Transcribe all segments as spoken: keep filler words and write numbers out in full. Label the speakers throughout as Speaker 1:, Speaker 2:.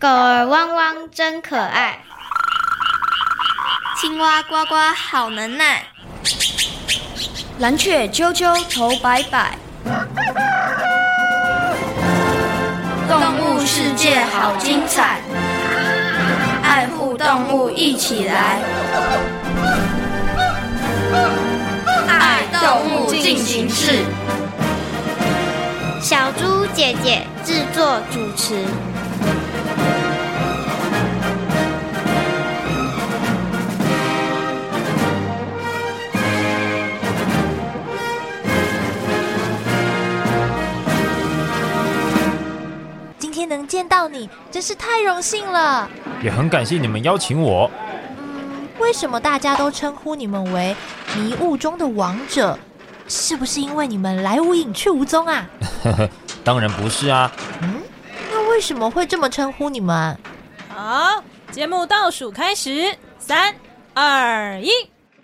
Speaker 1: 狗儿汪汪真可爱，
Speaker 2: 青蛙呱呱好能耐，
Speaker 3: 蓝雀啾啾头摆摆，
Speaker 2: 动物世界好精彩，爱护动物一起来，爱动物进行式。
Speaker 1: 小猪姐姐制作主持。
Speaker 4: 今天能见到你，真是太荣幸了。
Speaker 5: 也很感谢你们邀请我。
Speaker 4: 嗯，为什么大家都称呼你们为迷雾中的王者？是不是因为你们来无影去无踪啊？
Speaker 5: 当然不是啊。
Speaker 4: 嗯，那为什么会这么称呼你们？
Speaker 6: 好，节目倒数开始，三、二、一。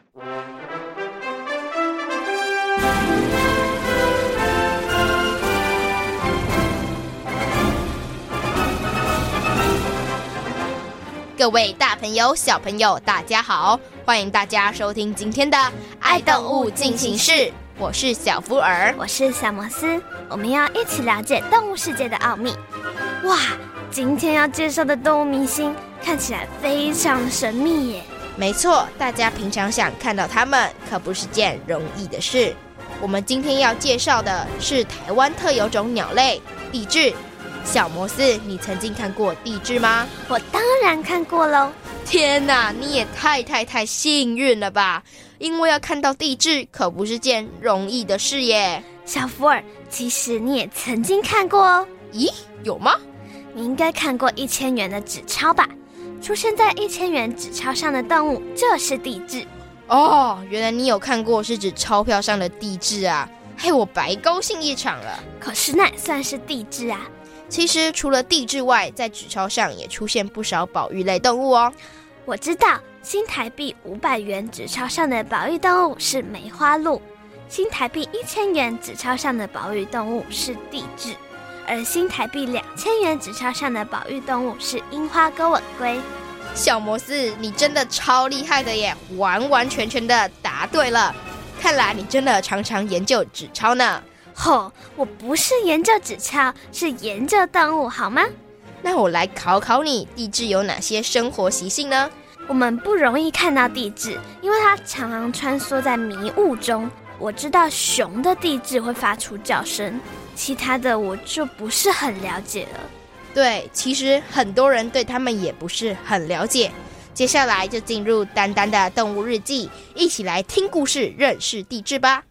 Speaker 7: 各位大朋友、小朋友，大家好！欢迎大家收听今天的《爱动物进行式》，我是小福尔，
Speaker 8: 我是小摩斯，我们要一起了解动物世界的奥秘。哇，今天要介绍的动物明星看起来非常神秘耶！
Speaker 7: 没错，大家平常想看到它们，可不是件容易的事。我们今天要介绍的是台湾特有种鸟类——帝雉。小摩斯，你曾经看过帝雉吗？
Speaker 8: 我当然看过喽！
Speaker 7: 天哪，你也太太太幸运了吧！因为要看到帝雉可不是件容易的事耶。
Speaker 8: 小福尔，其实你也曾经看过哦。
Speaker 7: 咦，有吗？
Speaker 8: 你应该看过一千元的纸钞吧？出现在一千元纸钞上的动物就是帝雉。
Speaker 7: 哦，原来你有看过是指钞票上的帝雉啊！嘿，我白高兴一场了。
Speaker 8: 可是那也算是帝雉啊。
Speaker 7: 其实除了帝雉外，在纸钞上也出现不少保育类动物哦。
Speaker 8: 我知道新台币五百元纸钞上的保育动物是梅花鹿，新台币一千元纸钞上的保育动物是帝雉，而新台币两千元纸钞上的保育动物是樱花钩吻龟。
Speaker 7: 小摩斯，你真的超厉害的耶，完完全全的答对了。看来你真的常常研究纸钞呢。
Speaker 8: 吼，我不是研究纸钞，是研究动物，好吗？
Speaker 7: 那我来考考你，帝雉有哪些生活习性呢？
Speaker 8: 我们不容易看到帝雉，因为它常常穿梭在迷雾中。我知道熊的帝雉会发出叫声，其他的我就不是很了解了。
Speaker 7: 对，其实很多人对他们也不是很了解。接下来就进入丹丹的动物日记，一起来听故事，认识帝雉吧。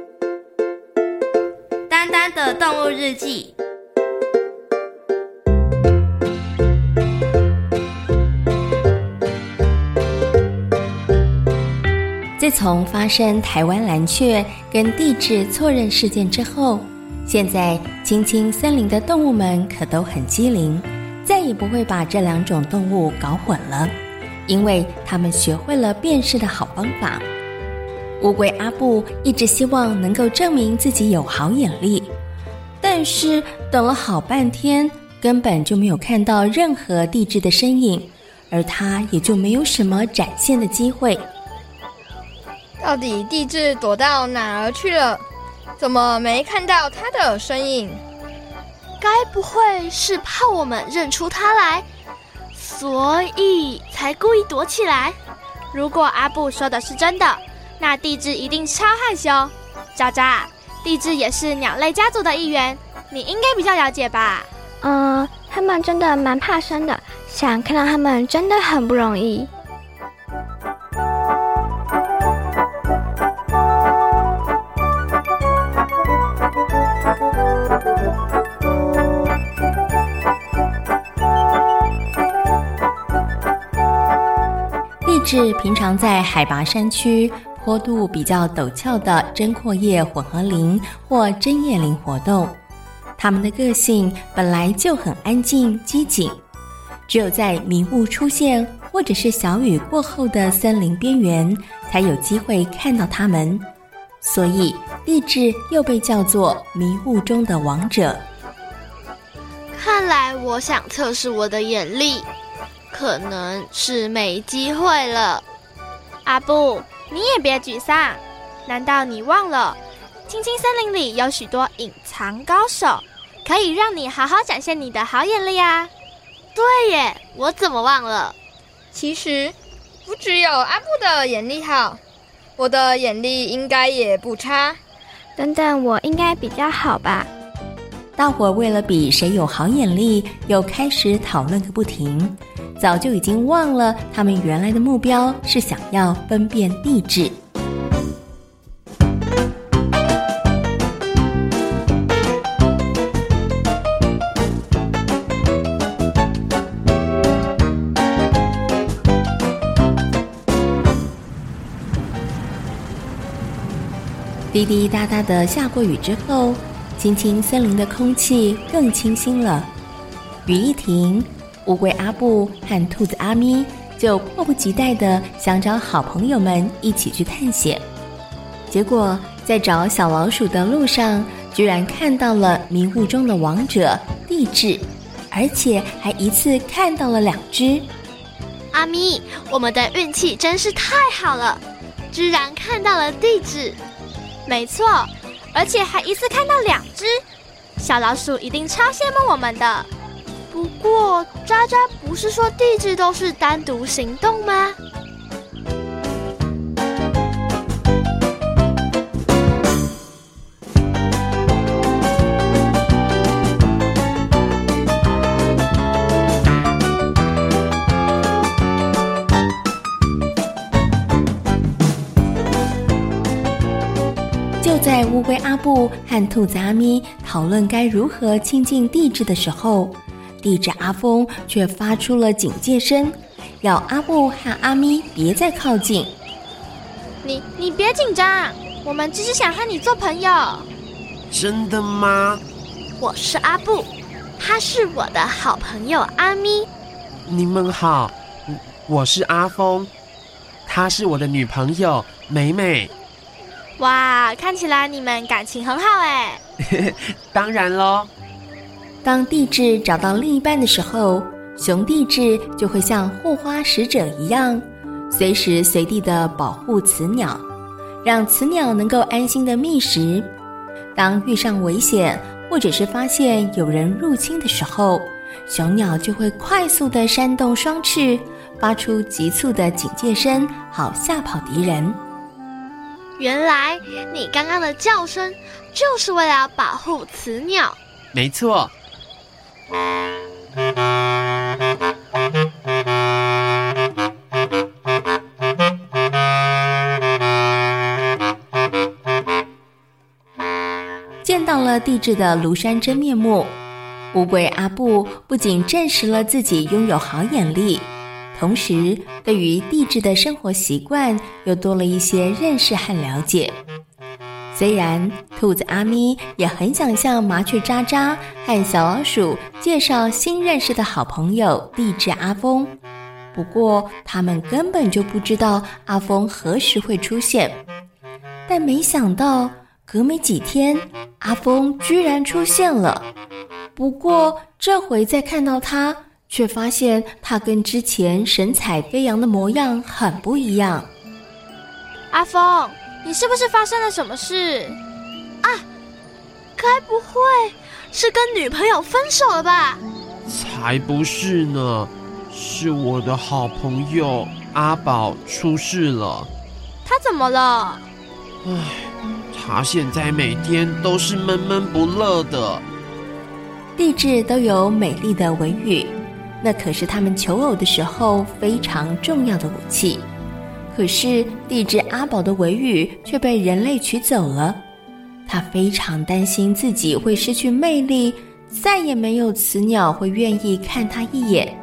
Speaker 2: 丹丹的动物日记。
Speaker 9: 自从发生台湾蓝雀跟帝雉错认事件之后，现在青青森林的动物们可都很机灵，再也不会把这两种动物搞混了，因为他们学会了辨识的好方法。乌龟阿布一直希望能够证明自己有好眼力，但是等了好半天，根本就没有看到任何帝雉的身影，而他也就没有什么展现的机会。
Speaker 10: 到底帝雉躲到哪儿去了？怎么没看到他的身影？
Speaker 11: 该不会是怕我们认出他来，所以才故意躲起来？如果阿布说的是真的，那帝雉一定超害羞。渣渣，帝雉也是鸟类家族的一员，你应该比较了解吧？
Speaker 12: 嗯，他们真的蛮怕生的，想看到他们真的很不容易。
Speaker 9: 帝雉平常在海拔山区、坡度比较陡峭的针阔叶混合林或针叶林活动。它们的个性本来就很安静机警，只有在迷雾出现或者是小雨过后的森林边缘，才有机会看到它们。所以帝雉又被叫做迷雾中的王者。
Speaker 11: 看来我想测试我的眼力，可能是没机会了。
Speaker 12: 阿布，你也别沮丧，难道你忘了青青森林里有许多隐藏高手，可以让你好好展现你的好眼力啊？
Speaker 11: 对耶，我怎么忘了？
Speaker 10: 其实不只有阿布的眼力好，我的眼力应该也不差。
Speaker 12: 等等，我应该比较好吧？
Speaker 9: 大伙为了比谁有好眼力，又开始讨论个不停，早就已经忘了他们原来的目标是想要分辨地质。滴滴答答的下过雨之后，青青森林的空气更清新了。雨一停，乌龟阿布和兔子阿咪就迫不及待地想找好朋友们一起去探险。结果在找小老鼠的路上，居然看到了迷雾中的王者地质，而且还一次看到了两只。
Speaker 11: 阿咪，我们的运气真是太好了，居然看到了地质。
Speaker 12: 没错，而且还一次看到两只，小老鼠一定超羡慕我们的。
Speaker 11: 不过渣渣不是说地质都是单独行动吗？
Speaker 9: 就在乌龟阿布和兔子阿咪讨论该如何亲近地质的时候，地质阿峰却发出了警戒声，要阿布和阿咪别再靠近。
Speaker 12: 你你别紧张，我们只是想和你做朋友。
Speaker 13: 真的吗？
Speaker 11: 我是阿布，他是我的好朋友阿咪。
Speaker 13: 你们好，我是阿峰，她是我的女朋友美美。
Speaker 12: 哇，看起来你们感情很好哎。
Speaker 13: 当然咯。
Speaker 9: 当地质找到另一半的时候，熊地质就会像护花使者一样，随时随地的保护雌鸟，让雌鸟能够安心的觅食。当遇上危险或者是发现有人入侵的时候，雄鸟就会快速的扇动双翅，发出急促的警戒声，好吓跑敌人。
Speaker 11: 原来你刚刚的叫声就是为了保护雌鸟。
Speaker 13: 没错。
Speaker 9: 见到了地质的庐山真面目，乌龟阿布不仅证实了自己拥有好眼力，同时对于地质的生活习惯又多了一些认识和了解。虽然兔子阿咪也很想向麻雀渣渣和小老鼠介绍新认识的好朋友地质阿峰，不过他们根本就不知道阿峰何时会出现。但没想到隔没几天，阿峰居然出现了。不过这回再看到他，却发现他跟之前神采飞扬的模样很不一样。
Speaker 12: 阿峰，你是不是发生了什么事
Speaker 11: 啊？该不会是跟女朋友分手了吧？
Speaker 13: 才不是呢，是我的好朋友阿宝出事了。
Speaker 12: 他怎么了？
Speaker 13: 唉，他现在每天都是闷闷不乐的。
Speaker 9: 地质都有美丽的尾羽，那可是他们求偶的时候非常重要的武器。可是地质阿宝的尾羽却被人类取走了，他非常担心自己会失去魅力，再也没有雌鸟会愿意看他一眼。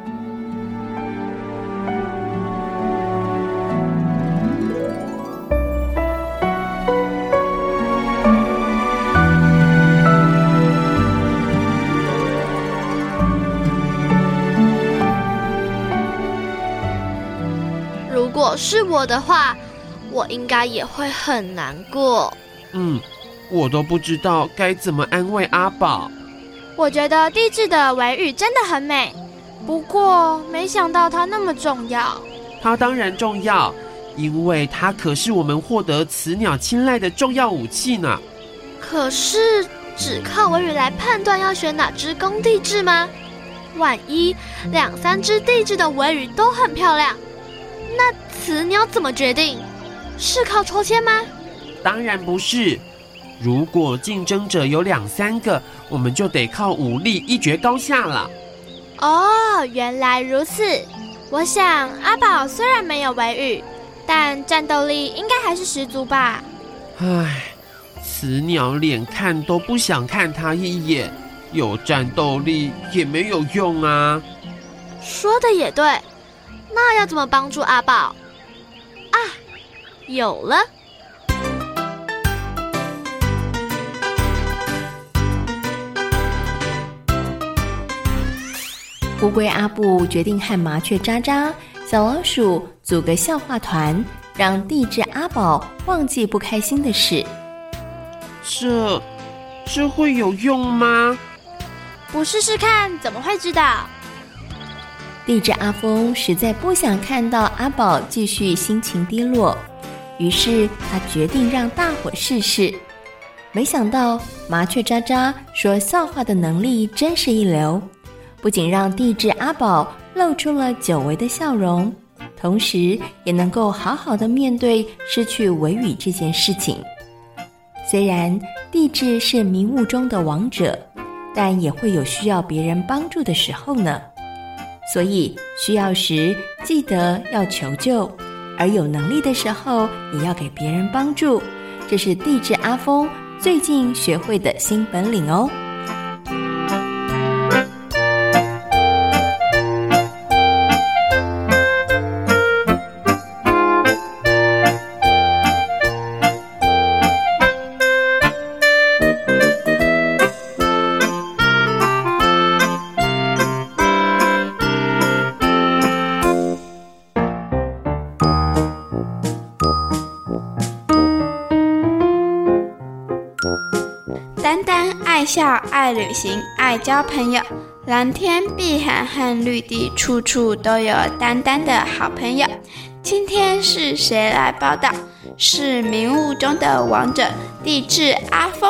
Speaker 11: 如果是我的话，我应该也会很难过。
Speaker 13: 嗯，我都不知道该怎么安慰阿宝。
Speaker 12: 我觉得地质的维语真的很美，不过没想到它那么重要。
Speaker 13: 它当然重要，因为它可是我们获得雌鸟青睐的重要武器呢。
Speaker 11: 可是只靠维语来判断要选哪只公地质吗？万一两三只地质的维语都很漂亮，那雌鸟怎么决定？是靠抽签吗？
Speaker 13: 当然不是。如果竞争者有两三个，我们就得靠武力一决高下了。
Speaker 12: 哦，原来如此。我想阿宝虽然没有维语，但战斗力应该还是十足吧。
Speaker 13: 唉，雌鸟连看都不想看他一眼，有战斗力也没有用啊。
Speaker 11: 说的也对，那要怎么帮助阿宝？啊，有了！
Speaker 9: 乌龟阿布决定和麻雀渣渣、小老鼠组个笑话团，让地质阿宝忘记不开心的事。
Speaker 13: 这这会有用吗？
Speaker 12: 不试试看怎么会知道？
Speaker 9: 地质阿峰实在不想看到阿宝继续心情低落，于是他决定让大伙试试。没想到麻雀渣渣说笑话的能力真是一流，不仅让地质阿宝露出了久违的笑容，同时也能够好好的面对失去维语这件事情。虽然地质是迷雾中的王者，但也会有需要别人帮助的时候呢。所以需要时记得要求救，而有能力的时候也要给别人帮助，这是地质阿峰最近学会的新本领哦。
Speaker 2: 丹丹爱笑、爱旅行、爱交朋友，蓝天、碧海和绿地处处都有丹丹的好朋友。今天是谁来报道？是迷雾中的王者地质阿峰。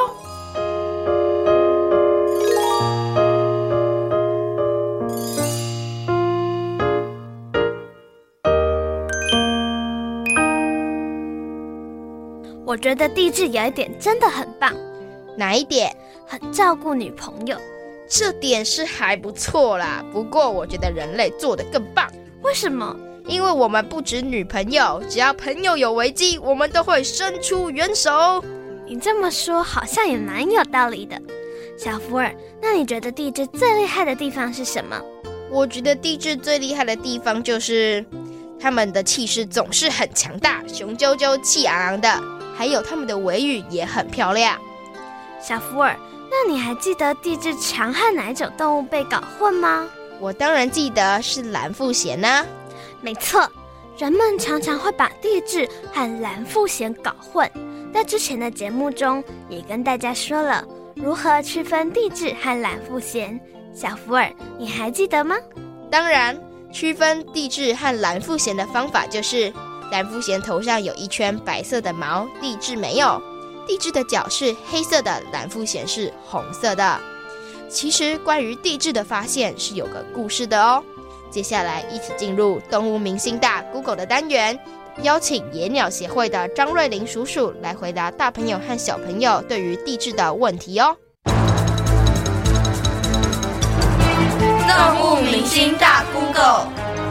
Speaker 8: 我觉得地质有一点真的很棒。
Speaker 7: 哪一点？
Speaker 8: 很照顾女朋友。
Speaker 7: 这点是还不错啦，不过我觉得人类做得更棒。
Speaker 8: 为什么？
Speaker 7: 因为我们不止女朋友，只要朋友有危机，我们都会伸出援手。
Speaker 8: 你这么说好像也蛮有道理的。小福尔，那你觉得地质最厉害的地方是什么？
Speaker 7: 我觉得地质最厉害的地方就是他们的气势总是很强大，雄赳赳气昂昂的，还有他们的维语也很漂亮。
Speaker 8: 小福尔，那你还记得地质常和哪一种动物被搞混吗？
Speaker 7: 我当然记得是蓝腹鹇啊。
Speaker 8: 没错，人们常常会把地质和蓝腹鹇搞混。在之前的节目中也跟大家说了如何区分地质和蓝腹鹇。小福尔，你还记得吗？
Speaker 7: 当然，区分地质和蓝腹鹇的方法就是蓝腹鹇头上有一圈白色的毛，地质没有。地质的脚是黑色的，蓝腹鹇是红色的。其实关于地质的发现是有个故事的哦。接下来一起进入动物明星大 Google 的单元，邀请野鸟协会的张瑞麟叔叔来回答大朋友和小朋友对于地质的问题哦。
Speaker 2: 动物明星大 Google。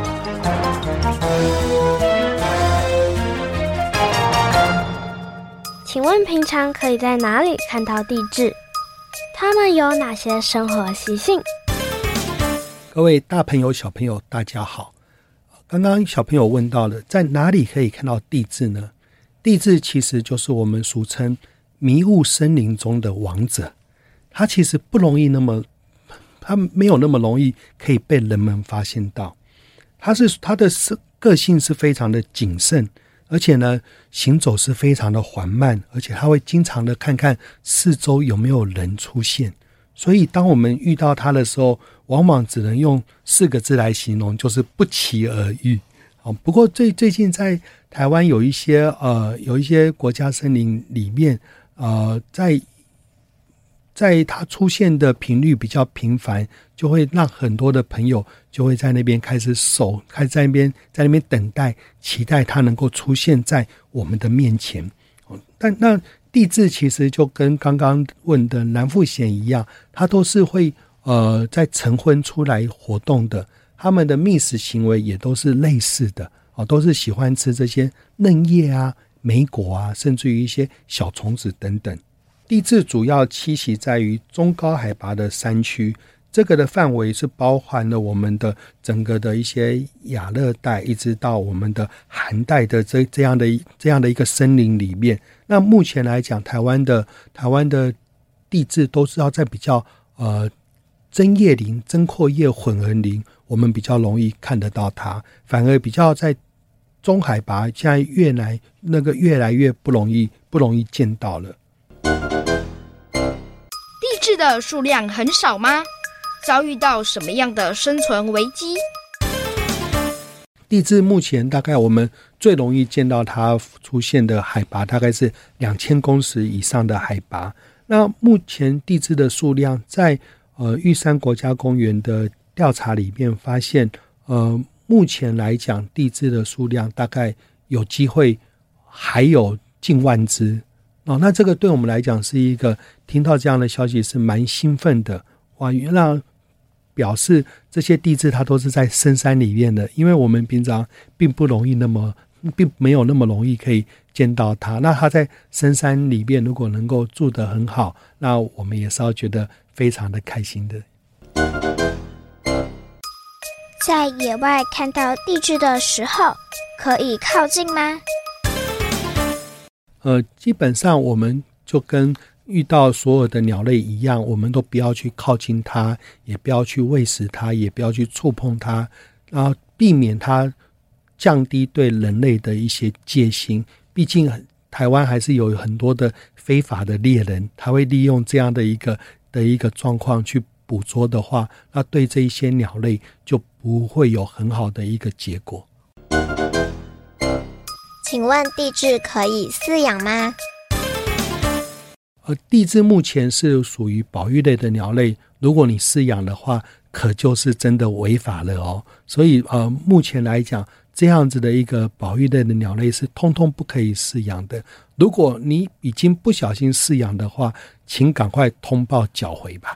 Speaker 8: 请问平常可以在哪里看到地质？它们有哪些生活习性？
Speaker 14: 各位大朋友小朋友大家好，刚刚小朋友问到了在哪里可以看到地质呢？地质其实就是我们俗称迷雾森林中的王者，它其实不容易那么它没有那么容易可以被人们发现到。它是它的个性是非常的谨慎，而且呢行走是非常的缓慢，而且它会经常的看看四周有没有人出现， 所以当我们遇到它的时候，往往只能用四个字来形容，就是不期而遇。不过最最近在台湾有一些呃有一些国家森林里面，呃在在它出现的频率比较频繁，就会让很多的朋友就会在那边开始守，开始在那边在那边等待，期待它能够出现在我们的面前。但那地质其实就跟刚刚问的南富蚬一样，它都是会呃在晨昏出来活动的，它们的觅食行为也都是类似的，哦，都是喜欢吃这些嫩叶啊、莓果啊，甚至于一些小虫子等等。地质主要栖息在于中高海拔的山区，这个的范围是包含了我们的整个的一些亚热带，一直到我们的寒带的这这样的这样的一个森林里面。那目前来讲，台湾的台湾的地质都是要在比较呃针叶林、针阔叶混合林，我们比较容易看得到它，反而比较在中海拔，现在越来那个越来越不容易不容易见到了。
Speaker 10: 地质的数量很少吗？遭遇到什么样的生存危机？
Speaker 14: 地质目前大概我们最容易见到它出现的海拔大概是两千公尺以上的海拔。那目前地质的数量在呃玉山国家公园的调查里面发现，呃目前来讲地质的数量大概有机会还有近万只。哦，那这个对我们来讲是一个听到这样的消息是蛮兴奋的。哇，原来表示这些地质它都是在深山里面的，因为我们平常并不容易那么并没有那么容易可以见到它。那它在深山里面如果能够住得很好，那我们也是要觉得非常的开心的。
Speaker 1: 在野外看到地质的时候，可以靠近吗？
Speaker 14: 呃，基本上我们就跟遇到所有的鸟类一样，我们都不要去靠近它，也不要去喂食它，也不要去触碰它，然后避免它降低对人类的一些戒心。毕竟台湾还是有很多的非法的猎人，他会利用这样的一个的一个状况去捕捉的话，那对这一些鸟类就不会有很好的一个结果。
Speaker 1: 请问地质可以饲养吗？
Speaker 14: 呃，地质目前是属于保育类的鸟类，如果你饲养的话，可就是真的违法了哦。所以呃，目前来讲，这样子的一个保育类的鸟类是通通不可以饲养的。如果你已经不小心饲养的话，请赶快通报缴回吧。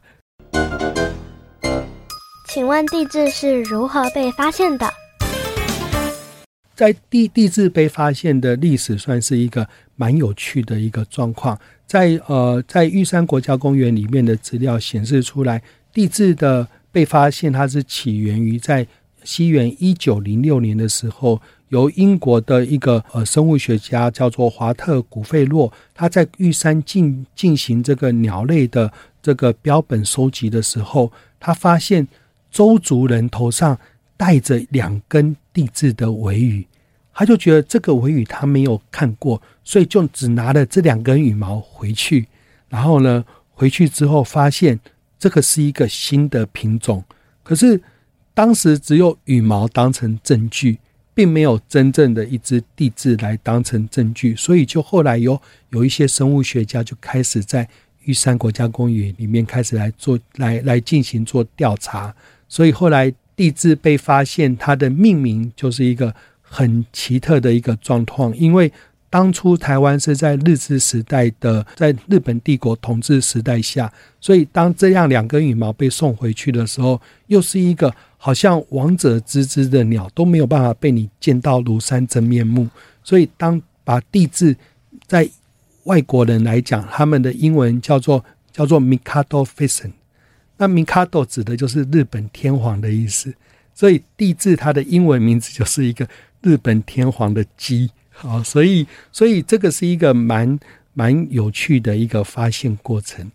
Speaker 8: 请问地质是如何被发现的？
Speaker 14: 在地地质被发现的历史算是一个蛮有趣的一个状况。在呃，在玉山国家公园里面的资料显示出来，地质的被发现它是起源于在西元一九零六年的时候，由英国的一个呃生物学家叫做华特古费洛，他在玉山进进行这个鸟类的这个标本收集的时候，他发现周族人头上带着两根地质的尾羽，他就觉得这个尾羽他没有看过，所以就只拿了这两根羽毛回去。然后呢，回去之后发现这个是一个新的品种，可是当时只有羽毛当成证据，并没有真正的一只地质来当成证据，所以就后来有有一些生物学家就开始在玉山国家公园里面开始来做来来进行做调查，所以后来地质被发现，它的命名就是一个很奇特的一个状况。因为当初台湾是在日治时代的，在日本帝国统治时代下，所以当这样两根羽毛被送回去的时候，又是一个好像王者之姿的鸟都没有办法被你见到庐山真面目。所以当把地质在外国人来讲，他们的英文叫做叫做 Mikado Pheasant， 那 Mikado 指的就是日本天皇的意思，所以地质它的英文名字就是一个日本天皇的鸡。好，所以所以这个是一个蛮蛮有趣的一个发现过程。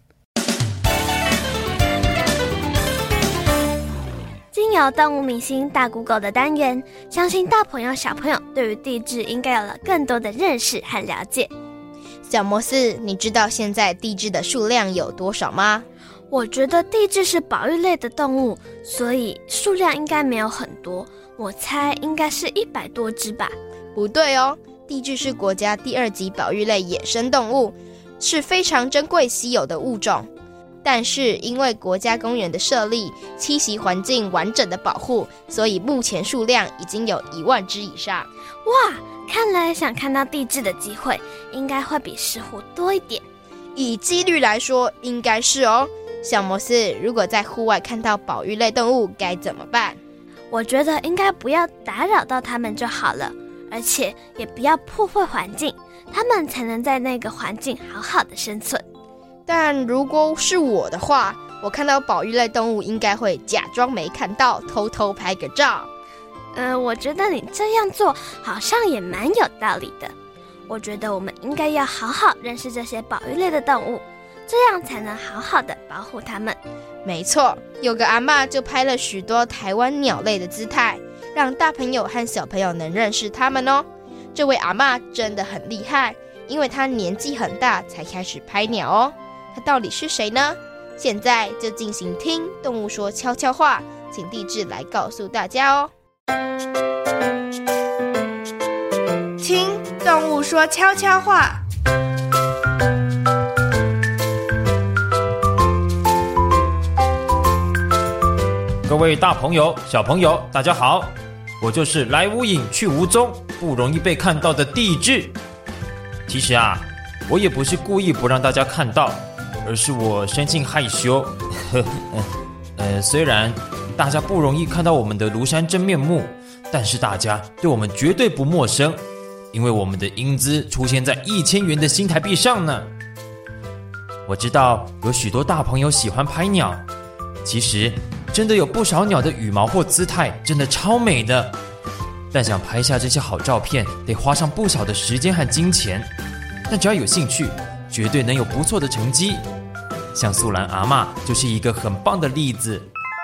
Speaker 8: 经由动物明星大 Google 的单元，相信大朋友小朋友对于地质应该有了更多的认识和了解。
Speaker 7: 小摩斯，你知道现在地质的数量有多少吗？
Speaker 8: 我觉得帝雉是保育类的动物，所以数量应该没有很多，我猜应该是一百多只吧。
Speaker 7: 不对哦，帝雉是国家第二级保育类野生动物，是非常珍贵稀有的物种。但是因为国家公园的设立，栖息环境完整的保护，所以目前数量已经有一万只以上。
Speaker 8: 哇，看来想看到帝雉的机会应该会比石虎多一点。
Speaker 7: 以几率来说，应该是哦。小摩斯，如果在户外看到保育类动物该怎么办？
Speaker 8: 我觉得应该不要打扰到它们就好了，而且也不要破坏环境，它们才能在那个环境好好的生存。
Speaker 7: 但如果是我的话，我看到保育类动物应该会假装没看到，偷偷拍个照。
Speaker 8: 呃，我觉得你这样做好像也蛮有道理的。我觉得我们应该要好好认识这些保育类的动物，这样才能好好的保护它们。
Speaker 7: 没错，有个阿嬷就拍了许多台湾鸟类的姿态，让大朋友和小朋友能认识它们哦。这位阿嬷真的很厉害，因为她年纪很大才开始拍鸟哦。她到底是谁呢？现在就进行听动物说悄悄话，请帝雉来告诉大家哦。
Speaker 2: 听动物说悄悄话。
Speaker 5: 各位大朋友、小朋友，大家好，我就是来无影去无踪，不容易被看到的帝雉。其实啊，我也不是故意不让大家看到，而是我生性害羞。呃，虽然大家不容易看到我们的庐山真面目，但是大家对我们绝对不陌生，因为我们的英姿出现在一千元的新台币上呢。我知道有许多大朋友喜欢拍鸟，其实真的有不少鸟的羽毛或姿态真的超美的，但想拍下这些好照片，得花上不少的时间和金钱。但只要有兴趣，绝对能有不错的成绩。像素兰阿嬷就是一个很棒的例子。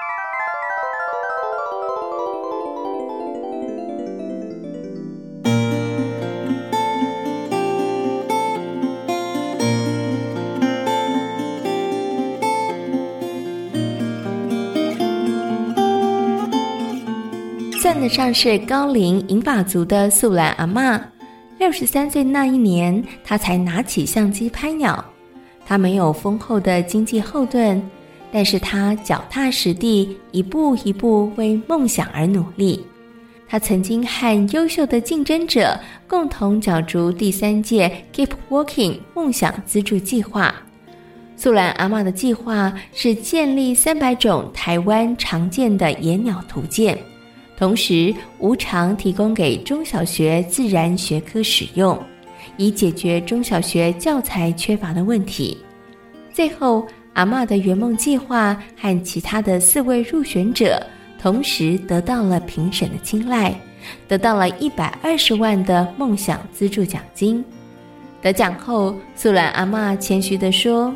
Speaker 9: 算得上是高龄银发族的素兰阿嬷，六十三岁那一年，她才拿起相机拍鸟。她没有丰厚的经济后盾，但是她脚踏实地，一步一步为梦想而努力。她曾经和优秀的竞争者共同角逐第三届 Keep Walking 梦想资助计划。素兰阿嬷的计划是建立三百种台湾常见的野鸟图鉴，同时无偿提供给中小学自然学科使用，以解决中小学教材缺乏的问题。最后，阿嬷的圆梦计划和其他的四位入选者同时得到了评审的青睐，得到了一百二十万的梦想资助奖金。得奖后，素兰阿嬷谦虚地说：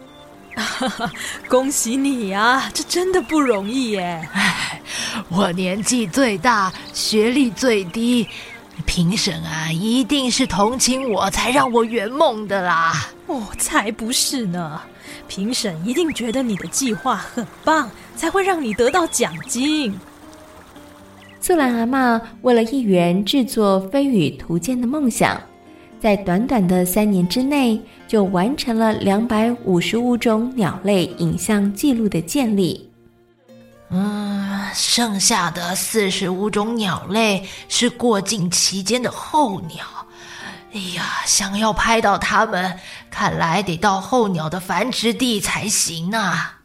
Speaker 6: 恭喜你啊，这真的不容易耶。
Speaker 4: 唉，我年纪最大，学历最低，评审啊一定是同情我才让我圆梦的啦。
Speaker 6: 哦，才不是呢，评审一定觉得你的计划很棒，才会让你得到奖金。
Speaker 9: 素兰阿嬷为了一元制作飞羽图鉴的梦想，在短短的三年之内就完成了两百五十五种鸟类影像记录的建立。
Speaker 4: 嗯，剩下的四十五种鸟类是过境期间的候鸟。哎呀，想要拍到它们，看来得到候鸟的繁殖地才行啊。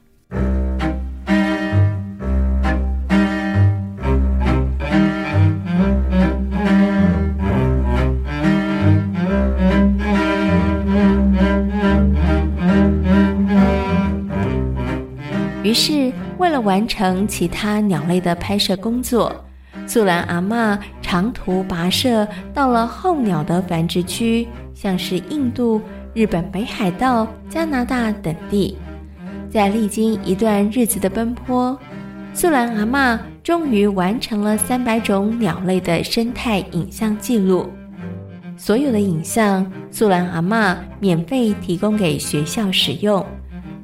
Speaker 9: 于是，为了完成其他鸟类的拍摄工作，素兰阿嬷长途跋涉到了候鸟的繁殖区，像是印度、日本北海道、加拿大等地。在历经一段日子的奔波，素兰阿嬷终于完成了三百种鸟类的生态影像记录。所有的影像，素兰阿嬷免费提供给学校使用，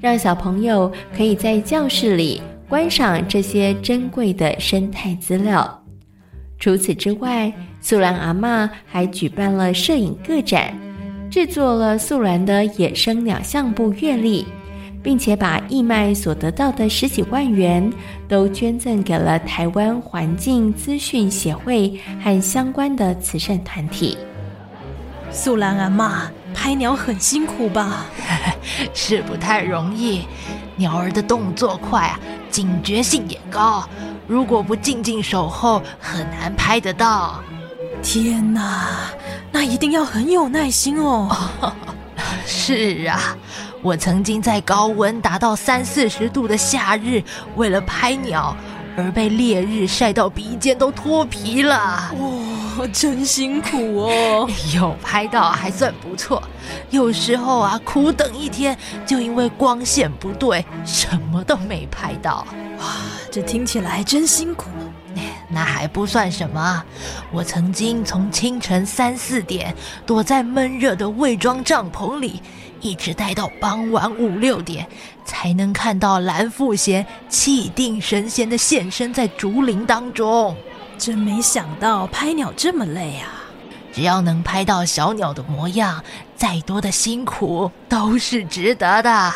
Speaker 9: 让小朋友可以在教室里观赏这些珍贵的生态资料。除此之外，素兰阿嬷还举办了摄影个展，制作了素兰的野生鸟相簿月历，并且把义卖所得到的十几万元都捐赠给了台湾环境资讯协会和相关的慈善团体。
Speaker 6: 素兰阿嬷，拍鸟很辛苦吧？
Speaker 4: 是不太容易，鸟儿的动作快啊，警觉性也高，如果不静静守候，很难拍得到。
Speaker 6: 天哪，那一定要很有耐心哦。
Speaker 4: 是啊，我曾经在高温达到三四十度的夏日，为了拍鸟而被烈日晒到鼻尖都脱皮了。
Speaker 6: 哦，真辛苦哦。
Speaker 4: 有拍到还算不错，有时候啊，苦等一天，就因为光线不对，什么都没拍到。
Speaker 6: 哇，这听起来真辛苦。
Speaker 4: 那还不算什么，我曾经从清晨三四点躲在闷热的伪装帐篷里，一直待到傍晚五六点，才能看到蓝腹鹇气定神闲地现身在竹林当中。
Speaker 6: 真没想到拍鸟这么累啊！
Speaker 4: 只要能拍到小鸟的模样，再多的辛苦都是值得的。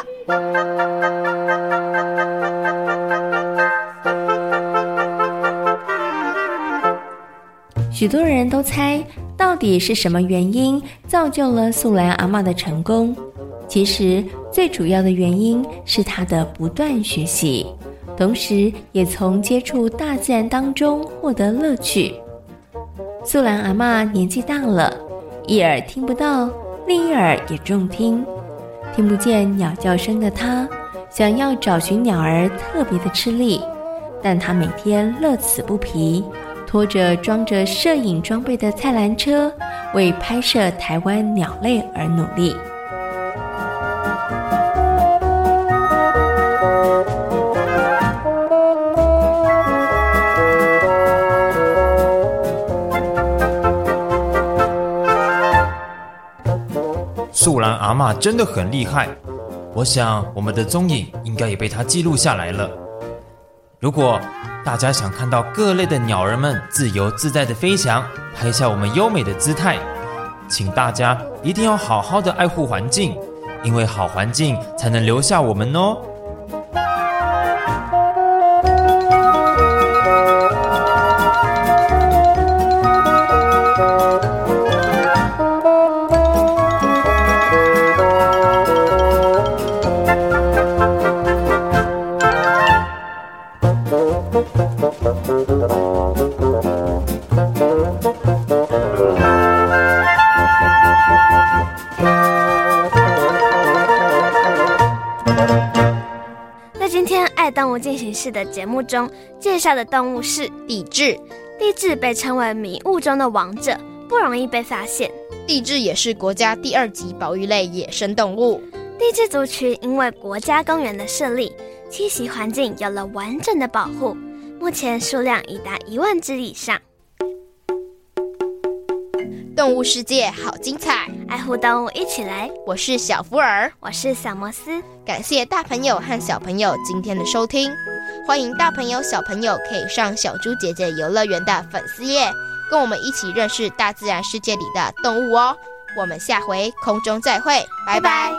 Speaker 9: 许多人都猜，到底是什么原因造就了素兰阿嬷的成功？其实最主要的原因是她的不断学习，同时也从接触大自然当中获得乐趣。素兰阿嬷年纪大了，一耳听不到，另一耳也重听，听不见鸟叫声的她，想要找寻鸟儿特别的吃力，但她每天乐此不疲，拖着装着摄影装备的菜篮车，为拍摄台湾鸟类而努力。
Speaker 5: 素兰阿嬷真的很厉害，我想我们的踪影应该也被她记录下来了。如果大家想看到各类的鸟儿们自由自在的飞翔，拍下我们优美的姿态，请大家一定要好好的爱护环境，因为好环境才能留下我们哦。
Speaker 8: 动物进行式的节目中介绍的动物是
Speaker 7: 帝雉。
Speaker 8: 帝雉被称为迷雾中的王者，不容易被发现。
Speaker 7: 帝雉也是国家第二级保育类野生动物。
Speaker 8: 帝雉族群因为国家公园的设立，栖息环境有了完整的保护，目前数量已达一万只以上。
Speaker 7: 动物世界好精彩，
Speaker 8: 爱护动物一起来。
Speaker 7: 我是小福尔，
Speaker 8: 我是小摩斯。
Speaker 7: 感谢大朋友和小朋友今天的收听，欢迎大朋友小朋友可以上小猪姐姐游乐园的粉丝页，跟我们一起认识大自然世界里的动物哦。我们下回空中再会，拜拜。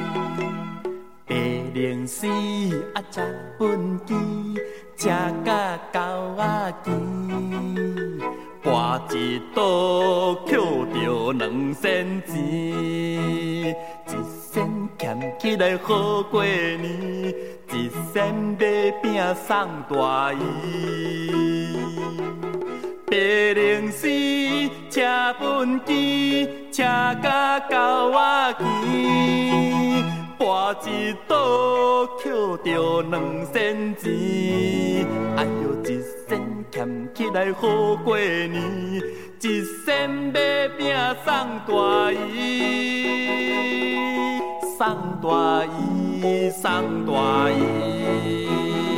Speaker 15: 零四啊，食粉鸡，食甲甲狗仔钱，跋一倒捡着两仙钱，一仙捡起来好过年，一仙买饼送大姨。白龙狮车本机，车甲狗仔钱，跋一倒捡着两仙钱。哎呦，一仙捡起来好过年，一仙买饼送大姨，送大姨，送大姨。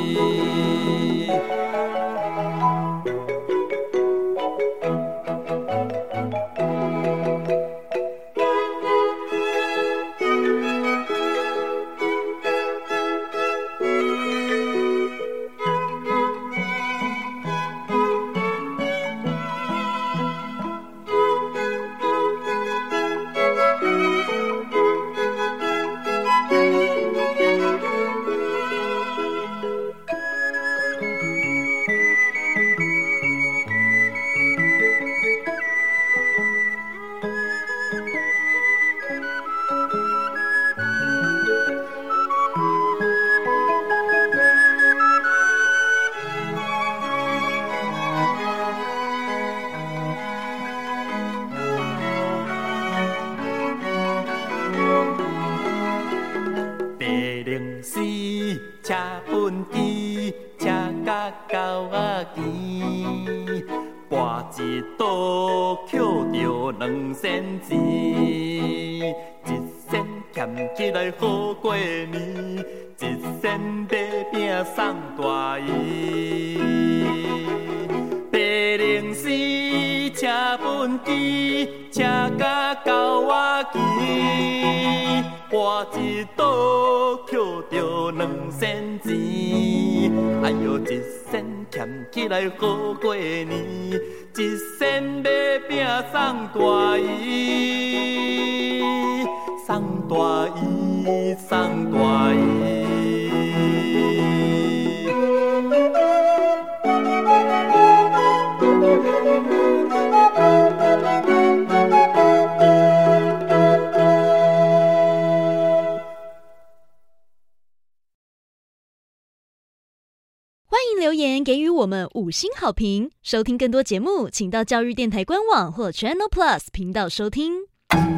Speaker 15: 车本机，车甲狗仔钱，跋一倒捡着两仙钱，一仙捡起来好过年，一仙买饼送大姨。白龙狮车本机，车甲狗仔钱，跋一倒捡着两仙钱。哎呦，一仙捡起来好过年，一仙买饼送大姨，送大姨，送大姨。
Speaker 16: 欢迎留言给予我们五星好评。收听更多节目，请到教育电台官网或 Channel Plus 频道收听。